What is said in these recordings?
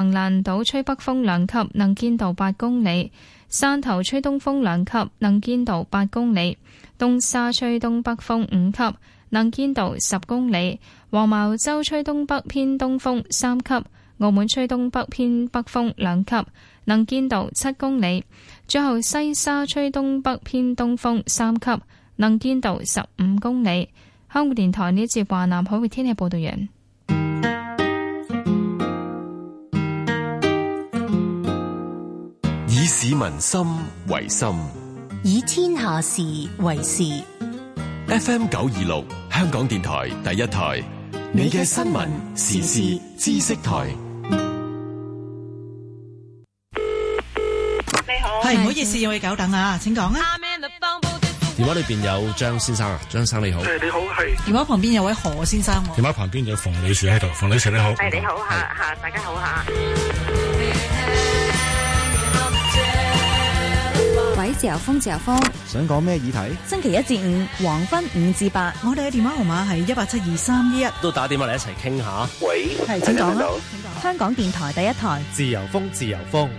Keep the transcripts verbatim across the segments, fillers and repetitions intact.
橫瀾島吹北風兩級，能見度八公里；汕頭吹東風兩級，能見度八公里；東沙吹東北風五級，能見度十公里；黃茅洲吹東北偏東風三級；澳門吹東北偏北風兩級，能見度七公里；最後西沙吹東北偏東風三級，能見度十五公里。香港電台呢節華南海域天氣報道員。 以市民心為心， 以天下事為事。 F M 九二六，香港電台第一台，你嘅新聞時事知識台。 你好， 係唔好意思，要你久等啊，請講啊。 電話裏邊有張先生啊，張生你好。 誒你好，係。 電話旁邊有位何先生。 電話旁邊有馮女士喺度，馮女士你好。 係你好嚇嚇，大家好嚇。 喂，自由風，自由風， 想講咩議題？ 星期一至五黃昏五至八， 我哋嘅電話號碼係一八七二三一一， 都打電話嚟一齊傾下。 喂， 係請講啦。 香港電台第一台， 自由風，自由風。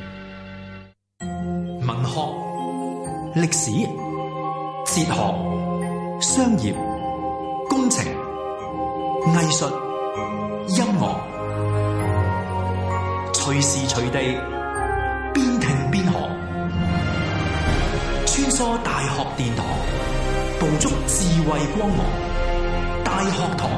文學、歷史、哲學、商業、工程、藝術、音樂，隨時隨地邊聽邊學，穿梭大學殿堂，捕捉智慧光芒。大學堂。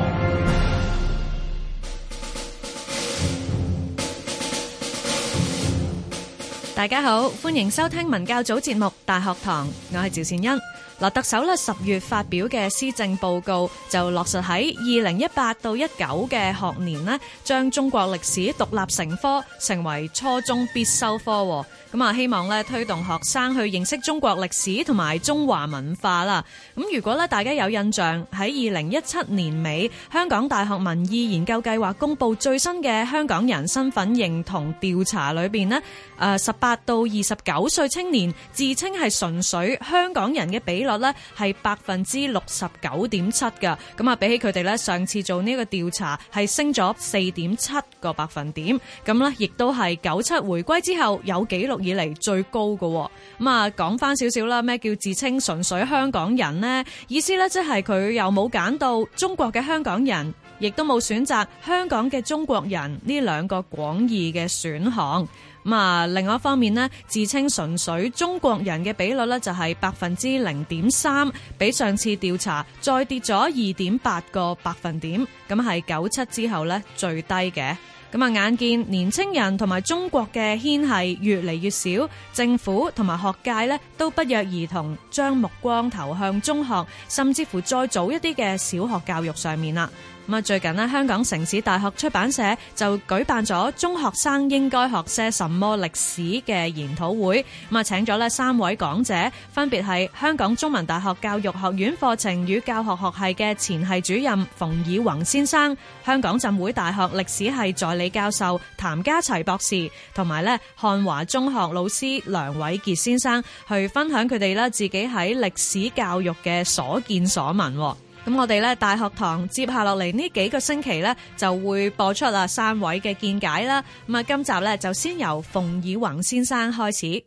大家好，歡迎收聽文教組節目《大學堂》，我係趙善恩。嗱，特首咧十月發表嘅施政報告就落實喺二零一八到一九嘅學年呢，將中國歷史獨立成科，成為初中必修科。咁啊，希望咧推動學生去認識中國歷史同埋中華文化啦。咁如果咧大家有印象，喺二零一七年尾，香港大學民意研究計劃公布最新嘅香港人身份認同調查裏邊呢，誒十八到二十九歲青年自稱係純粹香港人嘅比率咧係百分之六十九點七㗎。咁啊，比起佢哋咧上次做呢個調查係升咗四點七個百分點，咁咧亦都係九七回歸之後有紀錄以嚟最高嘅。咁啊，講翻少少啦，咩叫自稱純粹香港人呢？意思咧即係佢又冇揀到中國嘅香港人，亦都冇選擇香港嘅中國人呢兩個廣義嘅選項。咁啊，另外一方面呢，自稱純粹中國人嘅比率呢，就係百分之零點三，比上次調查再跌咗二點八個百分點，咁係九七之後呢最低嘅。咁啊，眼見年青人同埋中國嘅牽係越嚟越少，政府同埋學界呢都不約而同將目光投向中學，甚至乎再早一啲嘅小學教育上面啦。咁啊，最近呢，香港城市大學出版社就舉辦咗中學生應該學些什麼歷史嘅研討會，咁啊，請咗呢三位講者，分別係香港中文大學教育學院課程與教學學系嘅前系主任馮以浤先生，香港浸會大學歷史系助理教授譚家齊博士，同埋呢漢華中學老師梁偉傑先生，去分享佢哋呢自己喺歷史教育嘅所見所聞。咁我哋咧大學堂接下落嚟呢幾個星期咧就會播出啊三位嘅見解啦。咁啊，今集咧就先由馮以浤先生開始。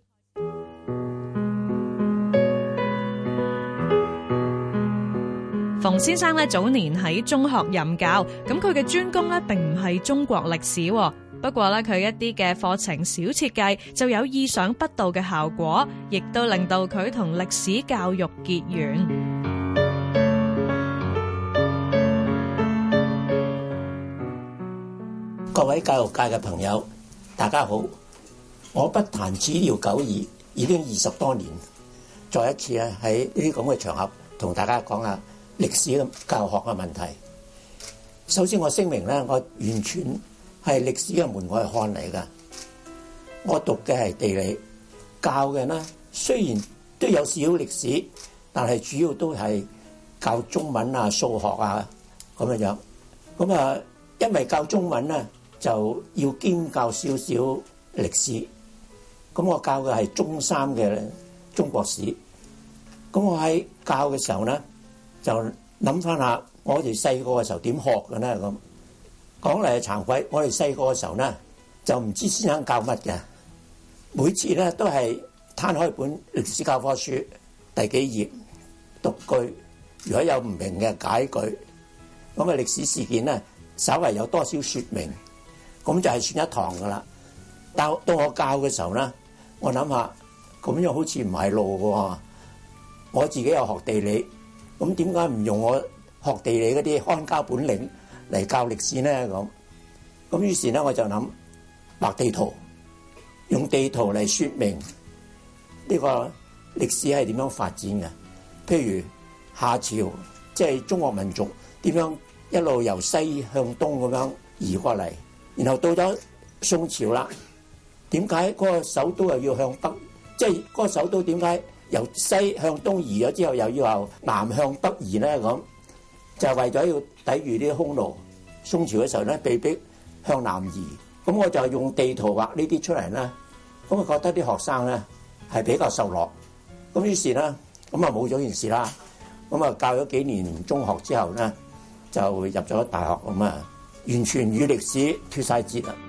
馮先生咧早年喺中學任教，咁佢嘅專攻咧並唔係中國歷史，不過咧佢一啲嘅課程小設計就有意想不到嘅效果，亦都令到佢同歷史教育結緣。 各位教育界嘅朋友，大家好！我不談此聊久矣，已經二十多年，再一次咧喺呢啲咁嘅場合同大家講下歷史嘅教學嘅問題。首先我聲明咧，我完全係歷史嘅門外漢嚟㗎。我讀嘅係地理，教嘅呢雖然都有少少歷史，但係主要都係教中文啊、數學啊咁樣樣。咁啊，因為教中文咧，就要兼教少少歷史，咁我教嘅係中三嘅中國史。咁我喺教嘅時候咧，就諗翻下我哋細個嘅時候點學嘅咧咁。講嚟係慚愧，我哋細個嘅時候咧， 就唔知先生教乜嘅。每次咧都係攤開本歷史教科書第幾頁讀句，如果有唔明嘅解句，咁啊歷史事件咧稍為有多少説明，咁就係算一堂噶啦。但到我教嘅時候咧，我諗下咁樣好似唔係路喎。我自己又學地理，咁點解唔用我學地理嗰啲看家本領嚟教歷史咧？咁咁於是咧我就諗畫地圖，用地圖嚟説明呢個歷史係點樣發展嘅。譬如夏朝，即係中國民族點樣一路由西向東咁樣移過嚟，然後到咗宋朝啦，點解嗰個首都又要向北？即係嗰個首都點解由西向東移咗之後，又要由南向北移咧？咁就係為咗要抵禦啲匈奴。宋朝嘅時候咧，被逼向南移，咁我就用地圖畫呢啲出嚟啦。咁我覺得啲學生咧係比較受落，咁於是咧咁啊冇咗件事啦。咁啊教咗幾年中學之後咧，就入咗大學，咁啊完全與歷史脫晒節啦。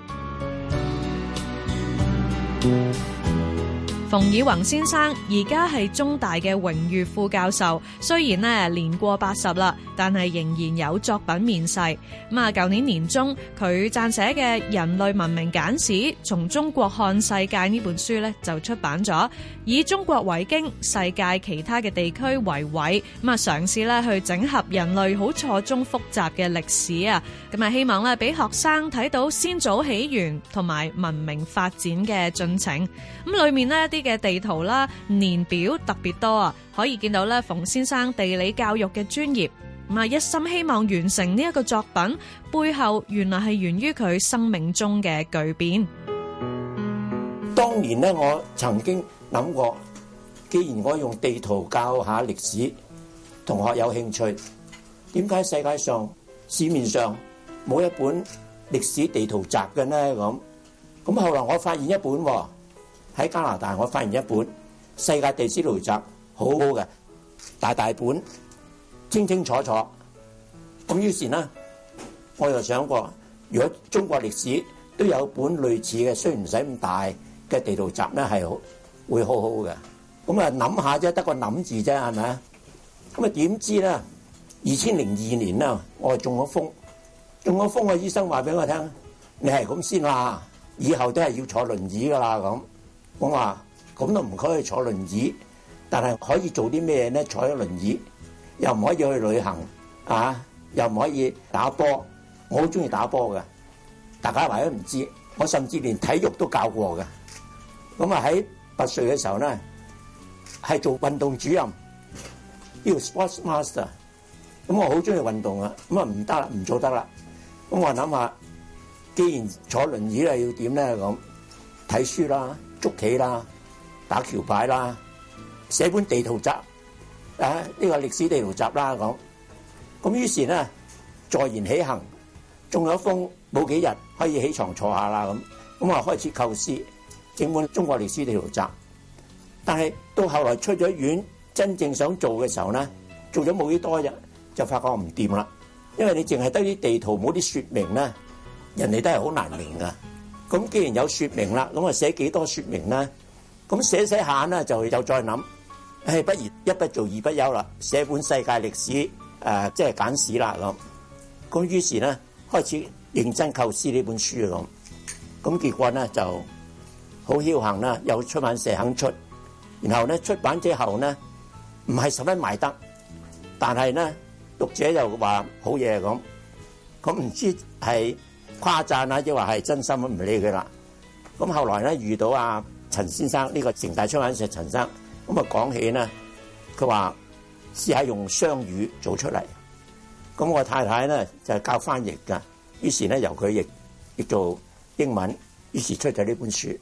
馮以浤先生而家係中大嘅榮譽副教授，雖然呢年過八十啦，但係仍然有作品面世。咁啊，舊年年中佢撰寫嘅《人類文明簡史：從中國看世界》呢本書呢就出版咗，以中國為經，世界其他嘅地區為緯，咁啊嘗試咧去整合人類好錯綜複雜嘅歷史啊，咁啊希望咧俾學生睇到先祖起源同埋文明發展嘅進程。咁裏面呢一啲嘅地圖啦、年表特別多啊，可以見到咧馮先生地理教育嘅專業，咁啊一心希望完成呢一個作品，背後原來係源於佢生命中嘅巨變。 當年咧，我曾經諗過，既然我用地圖教下歷史，同學有興趣，點解世界上市面上冇一本歷史地圖集嘅呢？咁咁後來我發現一本喎。喺加拿大，我發現一本世界地史圖集，好好嘅，大大本，清清楚楚。咁於是呢，我又想過，如果中國歷史都有本類似嘅，雖然唔使咁大嘅地圖集咧，係好會好好嘅。咁啊諗下啫，得個諗字啫，係咪啊？咁啊點知咧？二千零二年啦，我中咗風，中咗風嘅醫生話俾我聽，你係咁先啦，以後都係要坐輪椅噶啦咁。我話咁都唔可以坐輪椅，但係可以做啲咩咧？坐喺輪椅又唔可以去旅行啊，又唔可以打波。我好中意打波嘅，大家或者唔知，我甚至連體育都教過嘅。咁啊喺八歲嘅時候咧，係做運動主任，叫 sports master。咁我好中意運動啊，咁啊唔得啦，唔做得啦。咁我諗下，既然坐輪椅咧，要點咧？咁睇書啦。捉棋啦，打橋牌啦，寫本地圖集啊，呢個歷史地圖集啦咁。咁於是咧，坐言起行，中咗風冇幾日可以起床坐下啦咁。咁啊開始構思整本中國歷史地圖集。但係到後來出咗院，真正想做嘅時候咧，做咗冇幾多日就發覺唔掂啦。因為你淨係得啲地圖冇啲説明咧，人哋都係好難明噶。咁既然有説明啦，咁啊寫幾多説明咧？咁寫寫下咧就又再諗，誒不如一不做二不休啦，寫本世界歷史誒、呃、即係簡史啦咁。咁於是咧開始認真構思呢本書咁。咁結果咧就好僥倖啦，有出版社肯出，然後咧出版之後咧唔係十分賣得，但係咧讀者又話好嘢咁。咁唔知係誇讚啊，抑或係真心，唔理佢啦。咁後來咧遇到阿陳先生，呢個城大出版社陳生，咁啊講起咧，佢話試下用雙語做出嚟。咁我太太咧就係教翻譯噶，於是咧由佢譯譯做英文，於是出咗呢本書。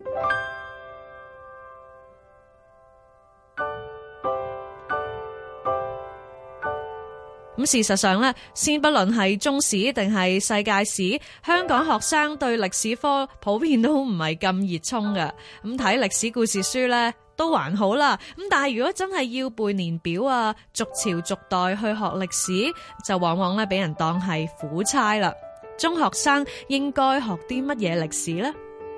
咁事實上咧，先不論係中史定係世界史，香港學生對歷史科普遍都唔係咁熱衷嘅。咁睇歷史故事書咧都還好啦。咁但係如果真係要背年表啊，逐朝逐代去學歷史，就往往咧俾人當係苦差啦。 中學生應該學啲乜嘢歷史呢？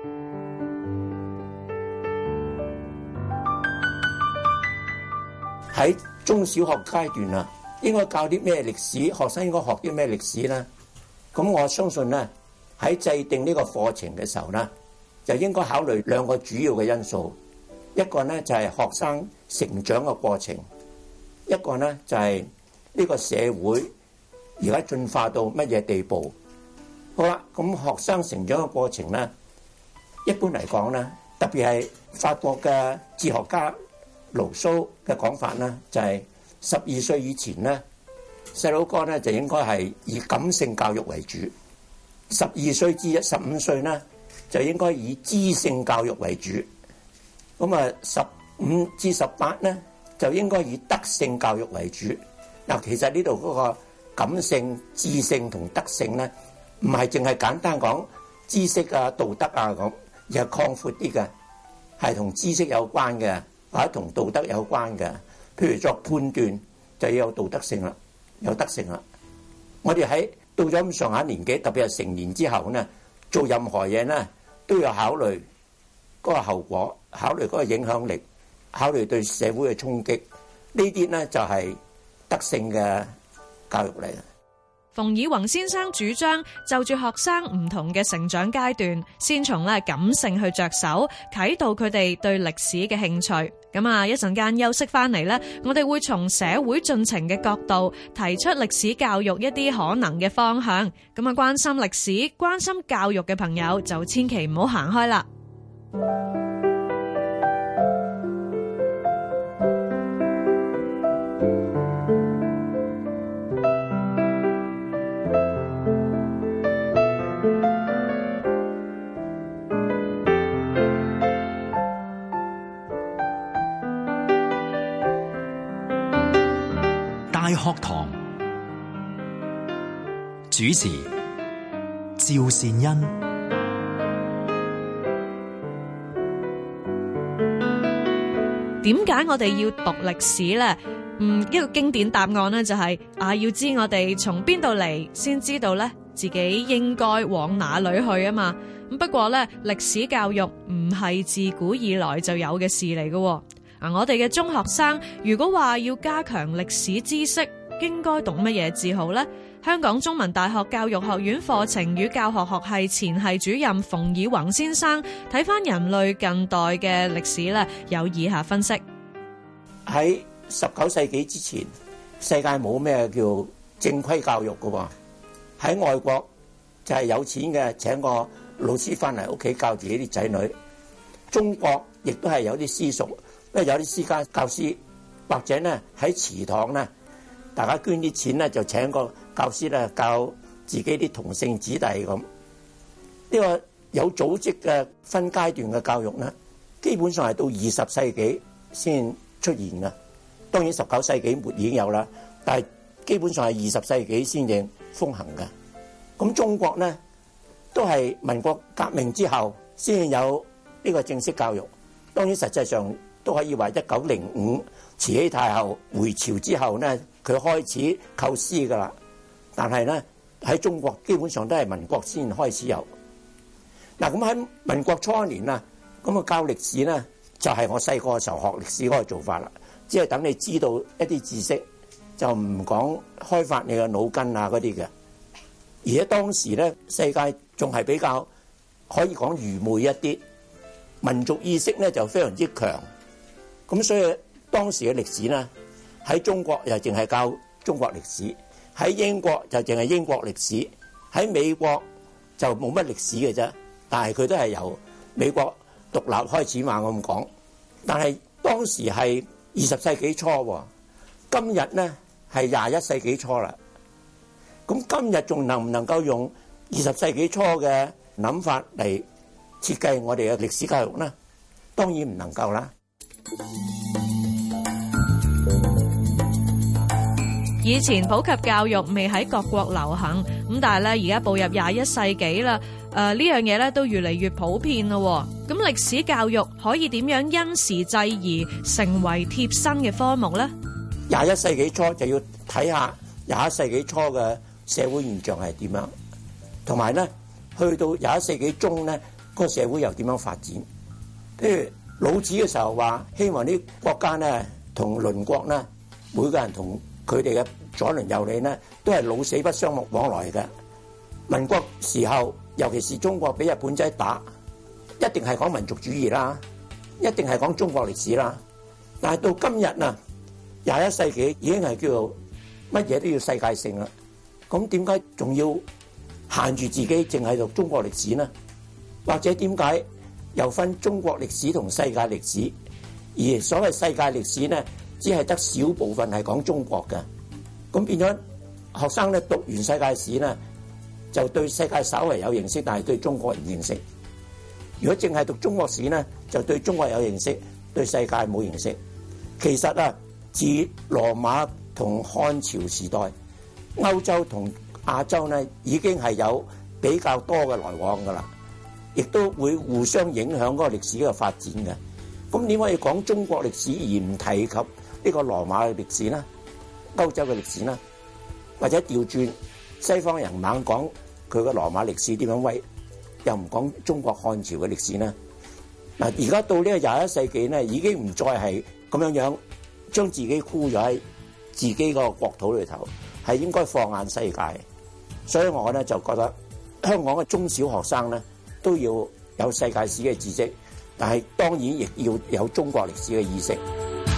喺中小學階段啊，應該教啲咩歷史？學生應該學啲咩歷史呢？咁我相信呢，喺制定呢個課程嘅時候呢，就應該考慮兩個主要嘅因素。一個呢就係學生成長嘅過程，一個呢就係呢個社會而家進化到乜嘢地步。好啦，咁學生成長嘅過程呢，一般嚟講呢，特別係法國嘅哲學家盧蘇嘅講法呢，就係十二歲以前呢，細佬哥呢就應該係以感性教育為主；十二歲至十五歲呢，就應該以知性教育為主。咁啊，十五至十八呢，就應該以德性教育為主。嗱，其實呢度嗰個感性、知性同德性呢，唔係淨係簡單講知識啊、道德啊咁，而係擴闊啲嘅，係同知識有關嘅，或者同道德有關嘅。譬如作判斷就要有道德性啦，有德性啦。我哋喺到咗咁上下年紀，特別係成年之後呢，做任何嘢呢，都要考慮嗰個後果，考慮嗰個影響力，考慮對社會嘅衝擊。呢啲呢就係德性嘅教育嚟嘅。 馮以浤先生主張就住學生唔同嘅成長階段，先從咧感性去着手，啟導佢哋對歷史嘅興趣。咁啊，一陣間休息翻嚟咧，我哋會從社會進程嘅角度提出歷史教育一啲可能嘅方向。咁啊，關心歷史、關心教育嘅朋友就千祈唔好行開啦。 大學堂主持趙善恩。 點解我哋要讀歷史呢？嗯，一個經典答案呢就係啊，要知我哋從邊度嚟，先知道呢自己應該往哪裏去啊嘛。咁不過呢，歷史教育唔係自古以來就有嘅事嚟嘅。啊！我哋嘅中學生如果話要加強歷史知識，應該讀乜嘢至好呢？香港中文大學教育學院課程與教學學系前系主任馮以浤先生睇返人類近代嘅歷史咧，有以下分析。 喺十九世紀之前，世界冇咩叫正規教育㗎喎。喺外國就係有錢嘅請個老師返嚟屋企教自己啲仔女。中國亦都係有啲私塾。因為有啲私家教師，或者咧喺祠堂咧，大家捐啲錢咧，就請個教師咧教自己啲同性子弟咁。呢個有組織嘅分階段嘅教育咧，基本上係到二十世紀先出現嘅。當然十九世紀末已經有啦，但係基本上係二十世紀先至風行嘅。咁中國咧都係民國革命之後先有呢個正式教育。當然實際上，都可以話一九零五慈禧太后回朝之後呢，佢開始構思㗎啦。但係呢，喺中國基本上都係民國先開始有。嗱，咁喺民國初年啊，咁啊教歷史呢，就係我細個嘅時候學歷史嗰個做法啦。只係等你知道一啲知識，就唔講開發你嘅腦筋啊嗰啲嘅。而且當時呢，世界仲係比較可以講愚昧一啲，民族意識呢就非常之強。咁所以當時嘅歷史呢，喺中國又淨係教中國歷史，喺英國就淨係英國歷史，喺美國就冇乜歷史嘅啫。但係佢都係由美國獨立開始嘛，我咁講。但係當時係二十世紀初，今日呢係廿一世紀初啦。咁今日仲能唔能夠用二十世紀初嘅諗法嚟設計我哋嘅歷史教育呢？當然唔能夠啦。 以前普及教育未喺各國流行，咁但係咧而家步入廿一世紀啦，誒呢樣嘢咧都越嚟越普遍咯。咁歷史教育可以點樣因時制宜，成為貼身嘅科目呢？ 廿一世紀初就要睇下廿一世紀初嘅社會現象係點樣。 同埋咧去到廿一世紀中咧，個社會又點樣發展？譬如老子嘅時候話，希望啲國家咧同鄰國咧，每個人同佢哋嘅左鄰右里咧，都係老死不相往來嘅。民國時候，尤其是中國俾日本仔打，一定係講民族主義啦，一定係講中國歷史啦。但係到今日啊，廿一世紀已經係叫做乜嘢都要世界性啦。咁點解仲要限住自己淨係讀中國歷史呢？或者點解又分中國歷史同世界歷史？而所謂世界歷史呢，只係得少部分係講中國嘅。咁變咗學生咧讀完世界史呢，就對世界稍為有認識，但係對中國唔認識。如果淨係讀中國史呢，就對中國有認識，對世界冇認識。其實啊，自羅馬同漢朝時代，歐洲同亞洲呢已經係有比較多嘅來往㗎啦，亦都會互相影響嗰個歷史嘅發展嘅。咁點可以講中國歷史而唔提及呢個羅馬嘅歷史呢？歐洲嘅歷史呢？或者調轉西方人猛講佢嘅羅馬歷史點樣威，又唔講中國漢朝嘅歷史呢？嗱，而家到呢個廿一世紀呢，已經唔再係咁樣樣將自己箍咗喺自己個國土裏頭，係應該放眼世界。所以我呢就覺得香港嘅中小學生呢都要有世界史嘅知識，但係當然亦要有中國歷史嘅意識。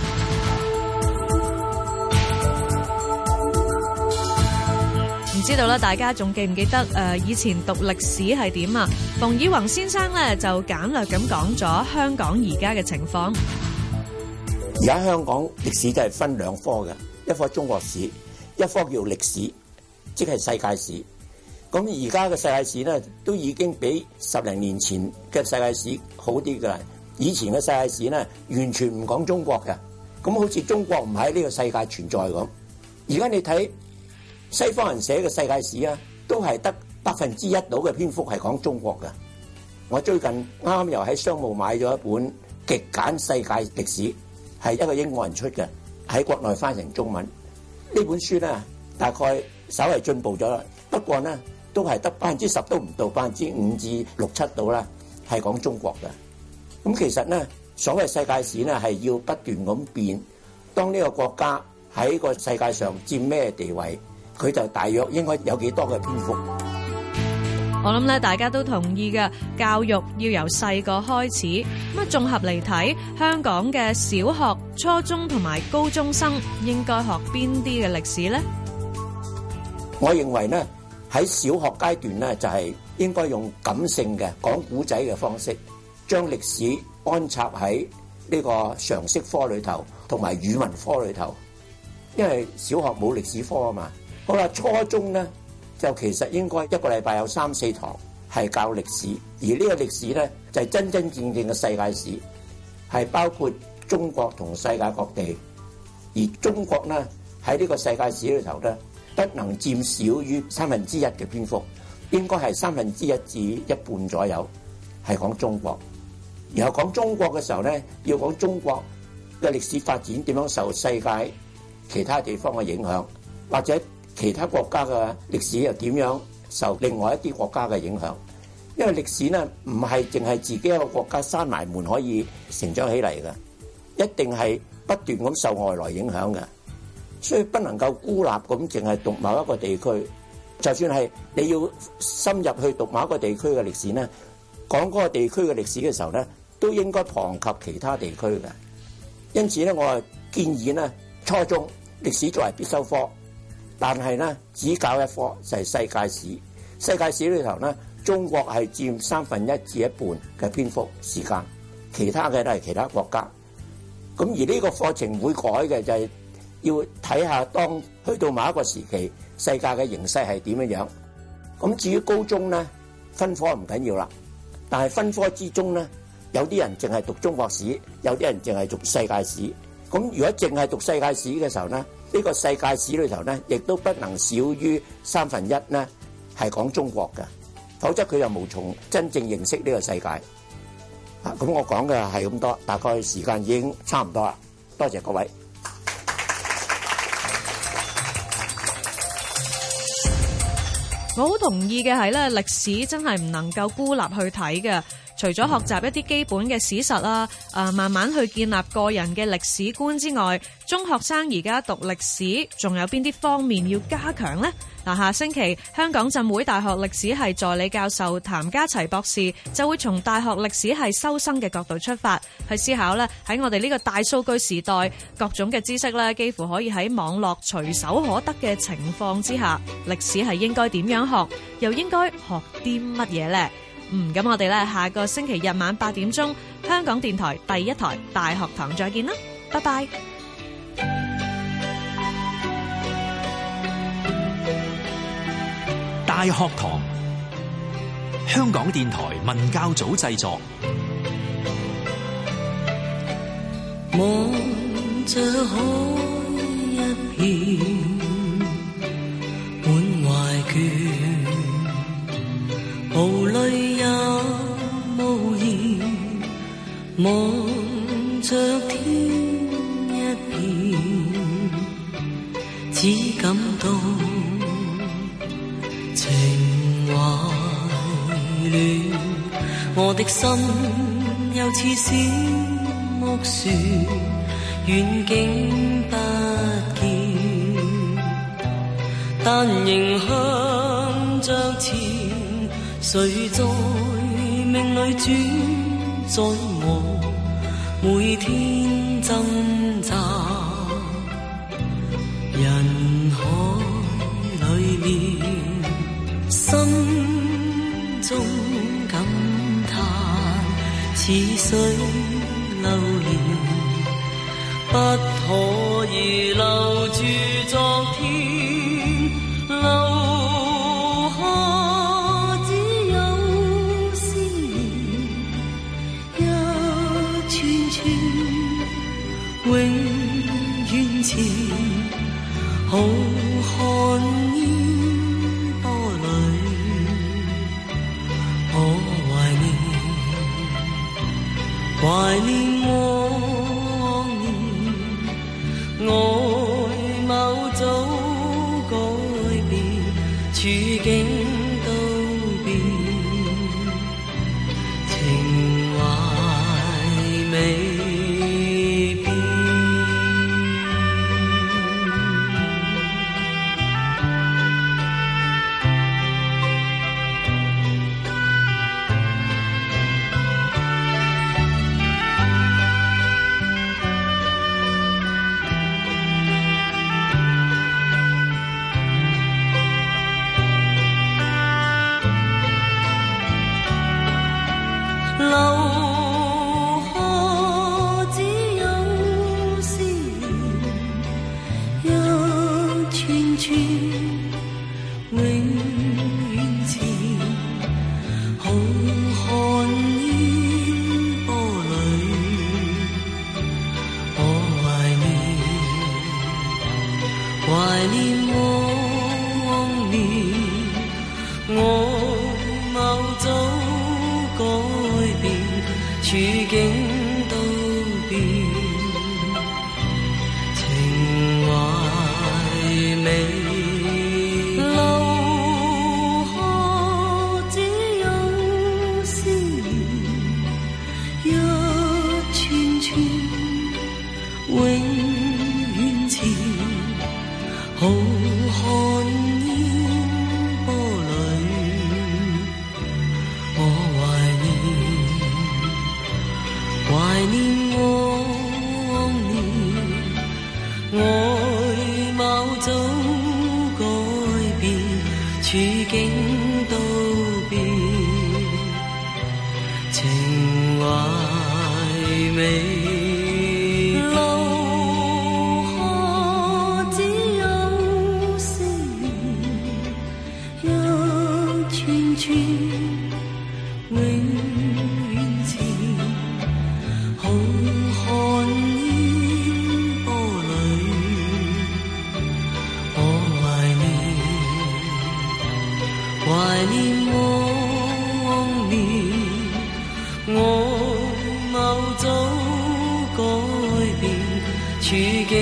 唔知道咧，大家仲記唔記得誒、呃、以前讀歷史係點啊？馮以浤先生咧就簡略咁講咗香港而家嘅情況。 而家香港歷史就係分兩科嘅，一科中國史，一科叫歷史，即係世界史。咁而家嘅世界史咧，都已經比十零年前嘅世界史好啲㗎。以前嘅世界史咧，完全唔講中國嘅，咁好似中國唔喺呢個世界存在咁。而家你睇西方人寫嘅世界史啊，都係得百分之一到嘅篇幅係講中國嘅。我最近啱啱又喺商務買咗一本極簡世界歷史，係一個英國人出嘅，喺國內翻成中文。呢本書咧大概稍為進步咗啦，不過咧都係得百分之十都唔到，百分之五至六七到啦，係講中國嘅。咁其實咧，所謂世界史咧係要不斷咁變。當呢個國家喺個世界上佔咩地位，佢就大約應該有幾多嘅篇幅。 我諗咧，大家都同意嘅，教育要由細個開始。咁啊，綜合嚟睇，香港嘅小學、初中同埋高中生應該學邊啲嘅歷史呢？ 我認為呢，喺小學階段呢，就係應該用感性嘅講古仔嘅方式，將歷史安插喺呢個常識科裏頭，同埋語文科裏頭。因為小學冇歷史科啊嘛。好啦，初中呢，就其實應該一個禮拜有三四堂係教歷史，而呢個歷史呢，就係真真正正嘅世界史，係包括中國同世界各地。而中國呢，喺呢個世界史裏頭呢，不能佔少於三分之一嘅篇幅，應該係三分之一至一半左右係講中國。然後講中國嘅時候呢，要講中國嘅歷史發展點樣受世界其他地方嘅影響，或者其他國家嘅歷史又點樣受另外一啲國家嘅影響。因為歷史呢，唔係淨係自己一個國家閂埋門可以成長起嚟嘅，一定係不斷咁受外來影響嘅，所以不能夠孤立咁淨係讀某一個地區。就算係你要深入去讀某一個地區嘅歷史呢，講嗰個地區嘅歷史嘅時候呢，都應該旁及其他地區嘅。因此呢，我建議呢，初中歷史作為必修科，但係呢，只教一科就係世界史。世界史裏頭呢，中國係佔三分一至一半嘅篇幅時間，其他嘅都係其他國家。咁而呢個課程會改嘅就係要睇下當去到某一個時期，世界嘅形勢係點樣樣。咁至於高中呢，分科唔緊要啦，但係分科之中呢，有啲人淨係讀中國史，有啲人淨係讀世界史。咁如果淨係讀世界史嘅時候呢，呢個世界史裏頭呢，亦都不能少於三分一呢係講中國嘅，否則佢又無從真正認識呢個世界。啊，咁我講嘅係咁多，大概時間已經差唔多啦，多謝各位。 我好同意嘅係咧，歷史真係唔能夠孤立去睇嘅。除咗學習一啲基本嘅史實啦，誒慢慢去建立個人嘅歷史觀之外，中學生而家讀歷史仲有邊啲方面要加強呢？嗱，下星期香港浸會大學歷史系助理教授譚家齊博士就會從大學歷史系收生嘅角度出發，去思考咧喺我哋呢個大數據時代，各種嘅知識咧幾乎可以喺網絡隨手可得嘅情況之下，歷史係應該點樣學，又應該學啲乜嘢呢？嗯，咁我哋咧下個星期日晚八點鐘，香港電台第一台大學堂再見啦，拜拜。 大學堂，香港電台文教組製作。 望着海一片，滿懷倦。無淚也無言，望着天一片，只感到情懷亂。我的心又似小木船，遠景不見，但仍向着前。誰在命裏轉載我，每天掙扎人海裏面，心中感嘆似水流年，不可以留住昨天，留永遠前，好看煙波裏，我懷念，懷念往年，外貌早改變，處境都變，情懷美。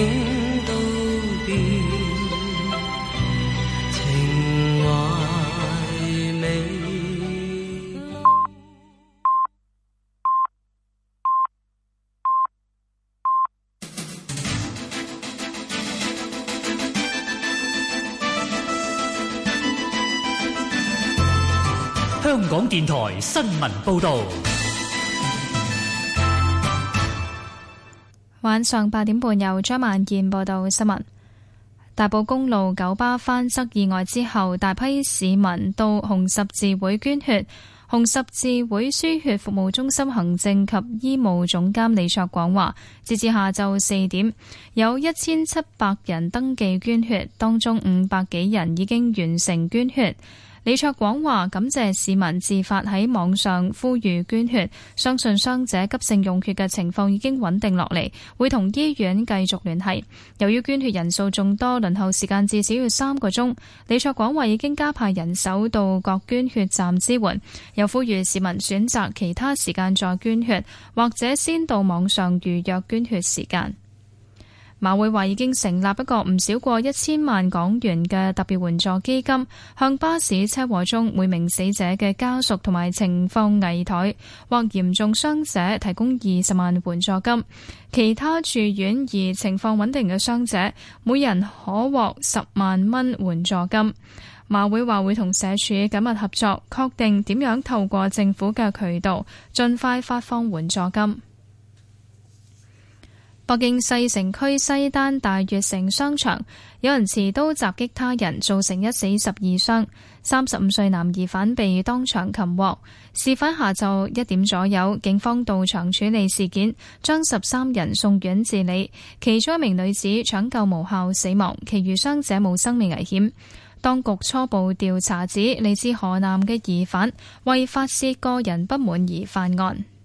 情懷港電台新聞報道。 晚上八點半由張萬燕報道新聞。大埔公路九巴翻側意外之後，大批市民到紅十字會捐血。紅十字會輸血服務中心行政及醫務總監李卓廣話，截至下晝四點，有一千七百人登記捐血，當中五百幾人已經完成捐血。李卓廣話，感謝市民自發喺網上呼籲捐血，相信傷者急性用血嘅情況已經穩定落嚟，會同醫院繼續聯繫。由於捐血人數眾多，輪候時間至少要三個鐘，李卓廣話已經加派人手到各捐血站支援，又呼籲市民選擇其他時間再捐血，或者先到網上預約捐血時間。馬會話已經成立一個唔少過一千萬港元嘅特別援助基金，向巴士車禍中每名死者嘅家屬同埋情況危殆或嚴重傷者提供二十萬援助金，其他住院而情況穩定嘅傷者每人可獲十萬蚊援助金。馬會話會同社署緊密合作，確定點樣透過政府嘅渠道盡快發放援助金。北京西城區西單大悅城商場有人持刀襲擊他人，造成一死十二傷，三十五歲男疑犯被當場擒獲。事發下晝一點左右，警方到場處理事件，將十三人送院治理，其中一名女子搶救無效死亡，其餘傷者冇生命危險。當局初步調查指，嚟自河南嘅疑犯為發洩個人不滿而犯案。